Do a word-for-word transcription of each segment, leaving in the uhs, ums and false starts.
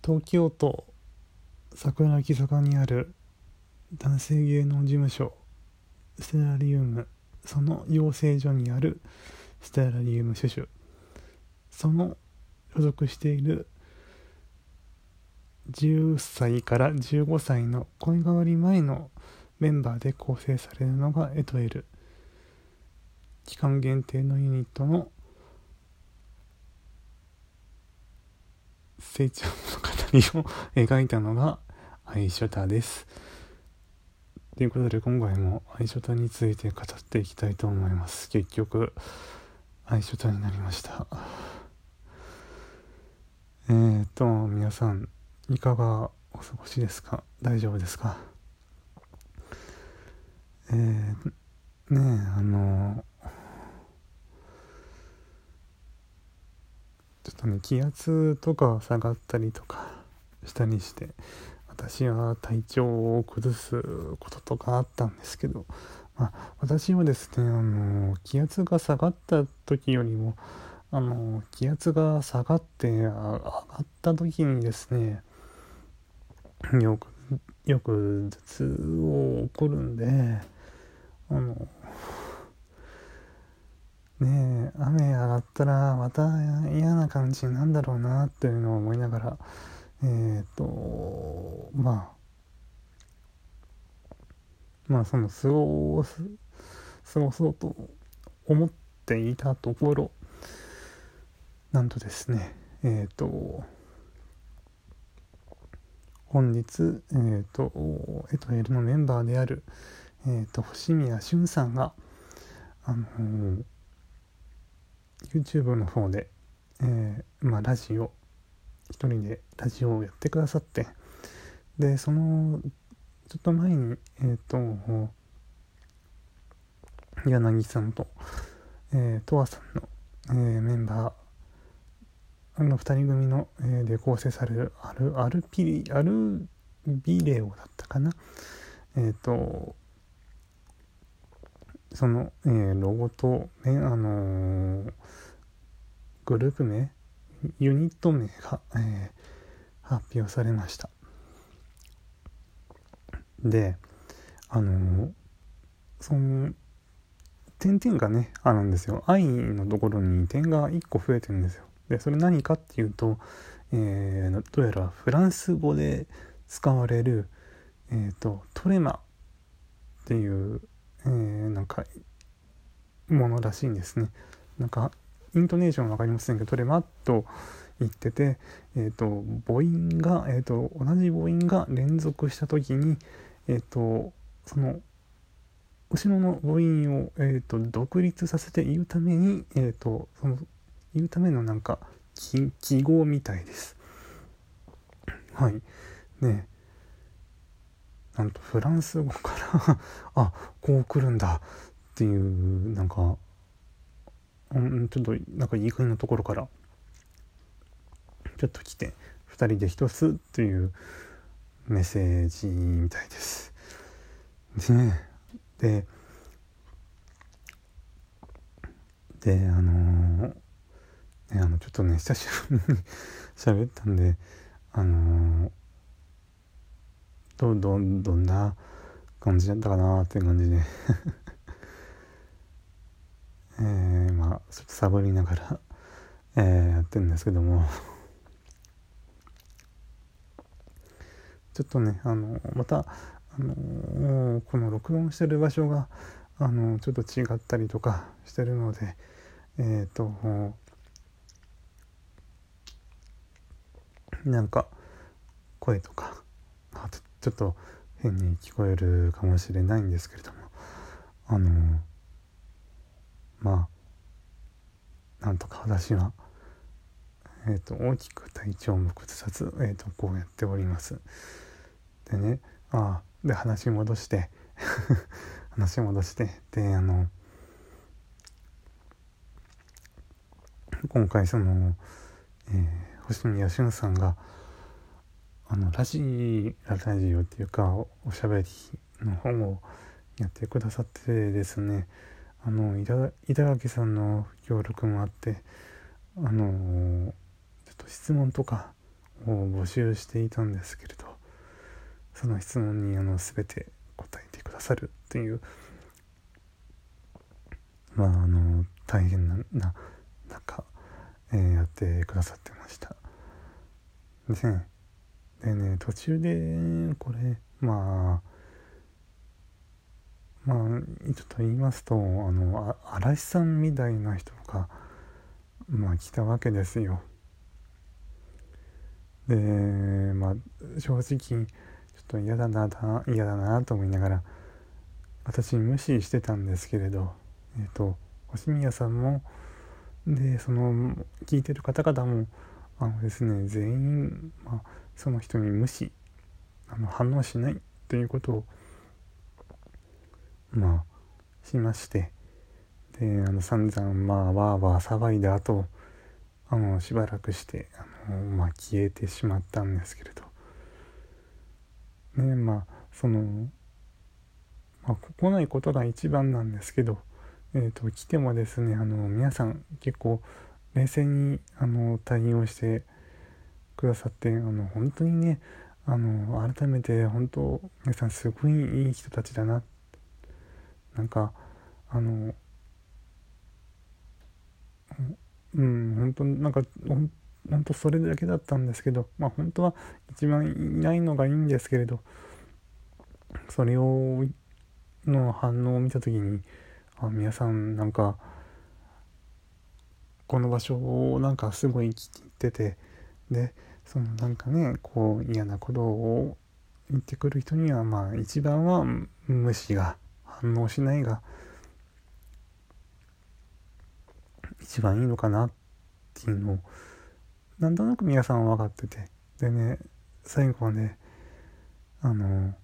東京都桜木坂にある男性芸能事務所ステラリウム、その養成所にあるステラリウムシュシュ、その所属しているじゅっさいからじゅうごさいの声変わり前のメンバーで構成されるのがエトエル。期間限定のユニットの成長の語りを描いたのがアイショタです。ということで今回もアイショタについて語っていきたいと思います。結局アイショタになりました。えーと皆さんいかがお過ごしですか？大丈夫ですか？えー、ねえあのちょっとね気圧とか下がったりとかしたりして、私は体調を崩すこととかあったんですけど、まあ、私はですねあの気圧が下がった時よりもあの気圧が下がって上がった時にですねよくよく頭痛を起こるんで、あのねえ雨上がったらまた嫌な感じなんだろうなっていうのを思いながらえっ、ー、とまあまあその過ごす過ごそうと思っていたところ、なんとですねえっ、ー、と本日えっ、ー、とエトエルのメンバーであるえっ、と星宮俊さんがあのー、YouTube の方で、えー、まあラジオ一人でラジオをやってくださって、でそのちょっと前にえっ、ー、と柳さんとえー、トワさんの、えー、メンバーあのふたり組の、えー、で構成されるアルアルピリアルビレオだったかな、えっ、ー、とその、えー、ロゴと、ねあのー、グループ名ユニット名が、えー、発表されました。であのー、その点々がねあるんですよ。愛のところに点がいっこ増えてるんですよ。でそれ何かっていうと、えー、どうやらフランス語で使われる、えーと、トレマっていう、えー、なんかものらしいんですね。なんかイントネーションわかりませんけどトレマと言ってて、えーと、母音が、えーと、同じ母音が連続した時に、えーと、その後ろの母音を、えーと、独立させて言うために、えーと、その言うためのなんか記号みたいです。はい。ねなんとフランス語からあこう来るんだっていうなんか、うん、ちょっとなんか意外なところからちょっと来てふたりで一つっていうメッセージみたいです。でねでであのー、ねあのちょっとね久しぶりに喋ったんであのー、どどどんな感じだったかなっていう感じでえー、まあちょっとサボりながら、えー、やってるんですけどもちょっとねあのまたあのこの録音してる場所があのちょっと違ったりとかしてるのでえっ、ー、となんか声とかちょっと変に聞こえるかもしれないんですけれども、あのまあなんとか私は、えー、と大きく体調も崩さず、えー、とこうやっております。でねあで話戻して話戻してであの今回その、えー、星宮俊さんがあのラジラジオっていうかおしゃべりの本をやってくださってですね、あの板垣さんの協力もあってあのー、ちょっと質問とか募集していたんですけれど、その質問にあの全て答えてくださるっていう、まああの大変なな中、えー、やってくださってましたでね。でね途中でこれまあまあちょっと言いますと、あのあ嵐さんみたいな人がまあ来たわけですよ。でまあ正直ちょっと嫌だな嫌だなと思いながら私無視してたんですけれど、えっ、ー、と星宮さんもでその聞いてる方々もあのですね全員、まあ、その人に無視あの反応しないということをまあしまして、であの散々まあわーわー騒いだ後、あのしばらくしてあの、まあ、消えてしまったんですけれどね。まあその、まあ、来ないことが一番なんですけど、えーと、来てもですねあの皆さん結構冷静にあの対応してくださって、あの本当にねあの改めて本当皆さんすごいいい人たちだな、なんかあのうん本当なんか本当それだけだったんですけど、まあ本当は一番いないのがいいんですけれど、それをの反応を見た時にあ皆さんなんかこの場所をなんかすごい気に入ってて、でそのなんかねこう嫌なことを言ってくる人にはまあ一番は無視が反応しないが一番いいのかなっていうのをなんとなく皆さんは分かってて、でね最後はねあの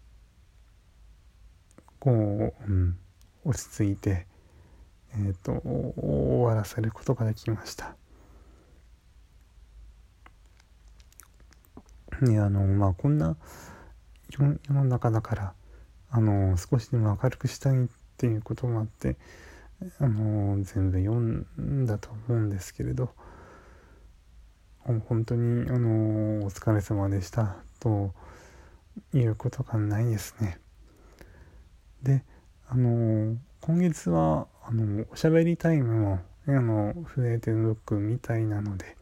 こう、うん、落ち着いてえっと終わらせることができました。ねあのまあこんな世の中だからあの少しでも明るくしたいっていうこともあってあの全部読んだと思うんですけれど、本当にあのお疲れ様でしたということがないですね。であの今月はあのおしゃべりタイムもあの増えてるみたいなので、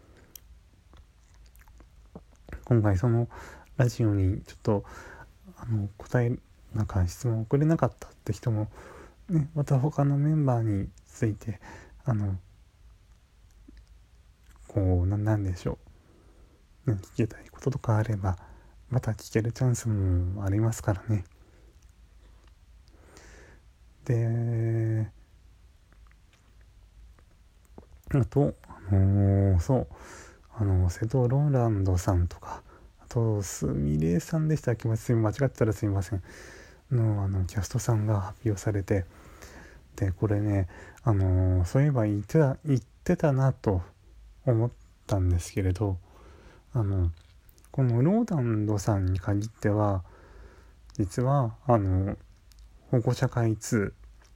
今回そのラジオにちょっとあの答えなんか質問を送れなかったって人もね、また他のメンバーについてあのこう な, なんでしょう、ね、聞きたいこととかあればまた聞けるチャンスもありますからね。であと、あのー、そうあの瀬戸ローランドさんとか、あとすみれさんでしたっけ、間違ってたらすいませんのあのキャストさんが発表されて、でこれねあのー、そういえば言ってた言ってたなと思ったんですけれど、あのこのローランドさんに限っては実はあの保護者会ツ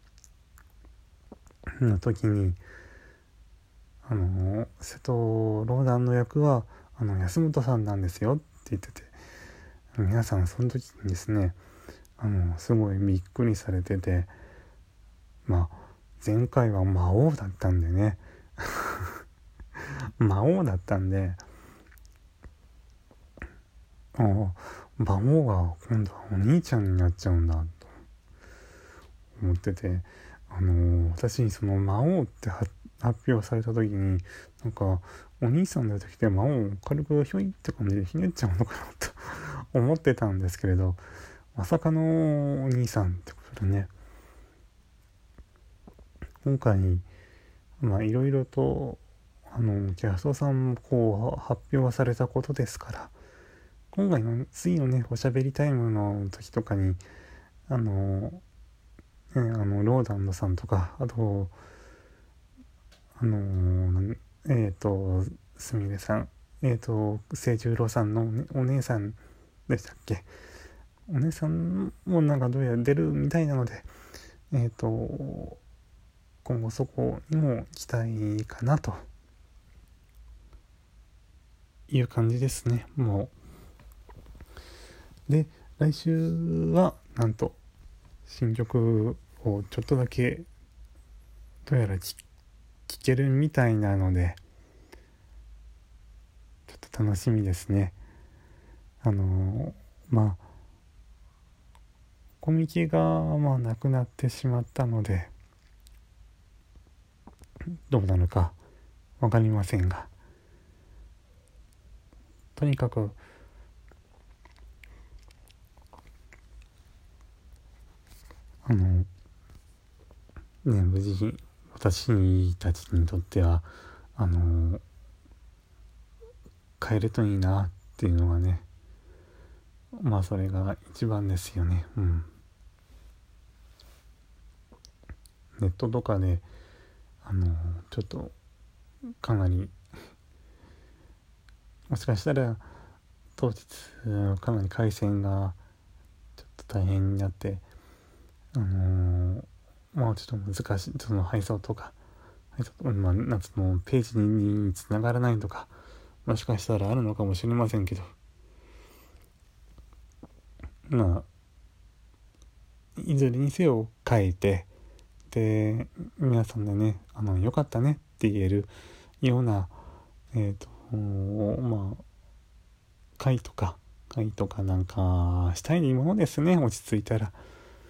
ーの時にあの瀬戸ローランド役はあの安本さんなんですよって言ってて、皆さんその時にですねあのすごいびっくりされてて、まあ前回は魔王だったんでね魔王だったんであ馬王が今度はお兄ちゃんになっちゃうんだと思ってて、あのー、私その魔王って発表された時になんかお兄さん出てきて魔王を軽くひょいって感じでひねっちゃうのかなと思ってたんですけれど、まさかのお兄さんってことでね、今回まあいろいろとあのキャストさんもこう発表されたことですから、今回の次のねおしゃべりタイムの時とかにあの、ね、あのローダンドさんとか、あとあのえっ、ー、とすみれさん、えっ、ー、と清十郎さんの、ね、お姉さんでしたっけ、お姉さんもなんかどうやら出るみたいなので、えっ、ー、と今後そこにも期待かなという感じですね。もうで来週はなんと新曲をちょっとだけどうやら聴けるみたいなので、ちょっと楽しみですね。あのまあコミケがまあなくなってしまったのでどうなるかわかりませんが、とにかくあのね無事私たちにとってはあの買えるといいなっていうのがね、まあそれが一番ですよね。うん。ネットとかであのちょっとかなりもしかしたら当日かなり回線がちょっと大変になってあのー、まあちょっと難しいその配送とか配送とか、まあ、なんつうのページにつながらないとかもしかしたらあるのかもしれませんけど、まあいずれにせよ変えてで皆さんでねあの良かったねって言えるようなえっとまあ会とか会とかなんかしたいものですね。落ち着いたら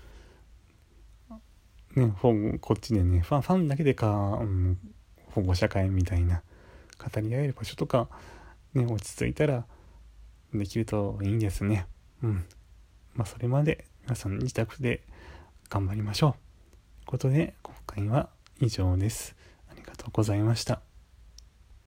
ね、こっちでねファンファンだけでか、うん、保護者会みたいな語り合える場所とかね落ち着いたらできるといいんですね。うんまあそれまで皆さん自宅で頑張りましょうということで今回は以上です。ありがとうございました。